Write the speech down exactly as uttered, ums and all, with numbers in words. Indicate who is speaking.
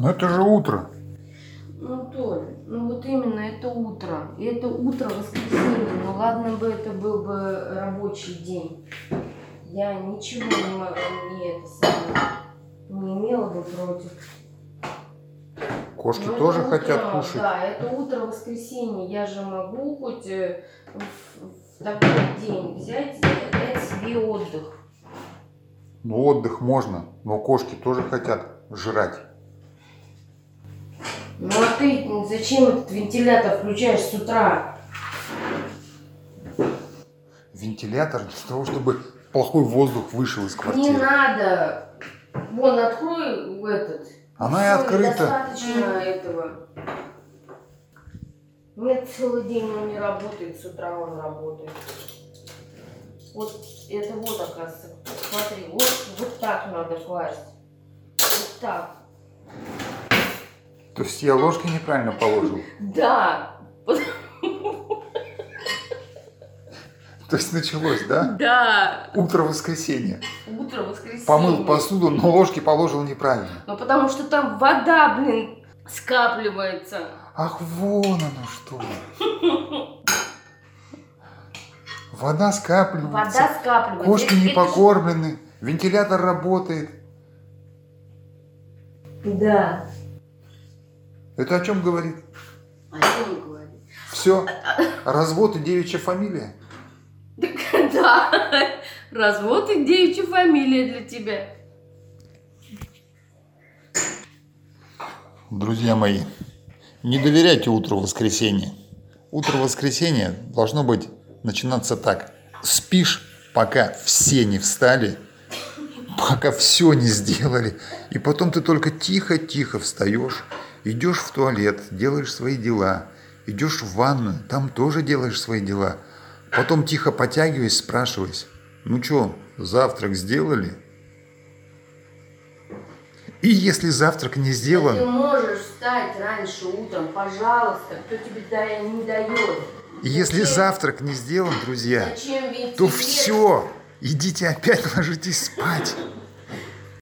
Speaker 1: Но это же утро.
Speaker 2: Ну, Толя, ну вот именно это утро. И это утро воскресенье. Ну ладно бы это был бы рабочий день. Я ничего не, мо- не, это самое, не имела бы против.
Speaker 1: Кошки
Speaker 2: Но
Speaker 1: тоже
Speaker 2: это
Speaker 1: хотят
Speaker 2: утро,
Speaker 1: кушать.
Speaker 2: Да, это утро воскресенья. Я же могу хоть э, в, в такой день взять и дать себе отдых.
Speaker 1: Ну, отдых можно, но кошки тоже хотят жрать.
Speaker 2: Ну а ты зачем этот вентилятор включаешь с утра?
Speaker 1: Вентилятор для того, чтобы плохой воздух вышел из
Speaker 2: Не
Speaker 1: квартиры.
Speaker 2: надо. Вон, открой этот.
Speaker 1: Она и
Speaker 2: Всё,
Speaker 1: открыта.
Speaker 2: Достаточно этого. Нет, целый день он не работает, с утра он работает. Вот это вот, оказывается. Смотри, вот, вот так надо класть. Вот так.
Speaker 1: То есть я ложки неправильно положил?
Speaker 2: Да.
Speaker 1: То есть началось, да?
Speaker 2: Да.
Speaker 1: Утро воскресенья.
Speaker 2: Утро воскресенье.
Speaker 1: Помыл посуду, но ложки положил неправильно.
Speaker 2: Ну потому что там вода, блин, скапливается.
Speaker 1: Ах, вон оно что. Вода скапливается.
Speaker 2: Вода скапливается.
Speaker 1: Кошки
Speaker 2: Это-
Speaker 1: не
Speaker 2: это
Speaker 1: покормлены. Вентилятор работает.
Speaker 2: ж- Да.
Speaker 1: Это о чем говорит?
Speaker 2: О чем говорит?
Speaker 1: Все. Развод и девичья фамилия.
Speaker 2: Да. Развод и девичья фамилия для тебя.
Speaker 1: Друзья мои, не доверяйте утру воскресенья. Утро воскресенья должно быть начинаться так. Спишь, пока все не встали, пока все не сделали. И потом ты только тихо-тихо встаешь, идешь в туалет, делаешь свои дела. Идешь в ванную, там тоже делаешь свои дела. Потом тихо потягиваясь, спрашиваясь, ну что, завтрак сделали? И если завтрак не сделан...
Speaker 2: Ты можешь встать раньше утром, пожалуйста. Кто тебе да- не дает?
Speaker 1: И если
Speaker 2: Зачем-
Speaker 1: завтрак не сделан, друзья,
Speaker 2: Зачем вентилятор?
Speaker 1: то все, идите опять ложитесь спать.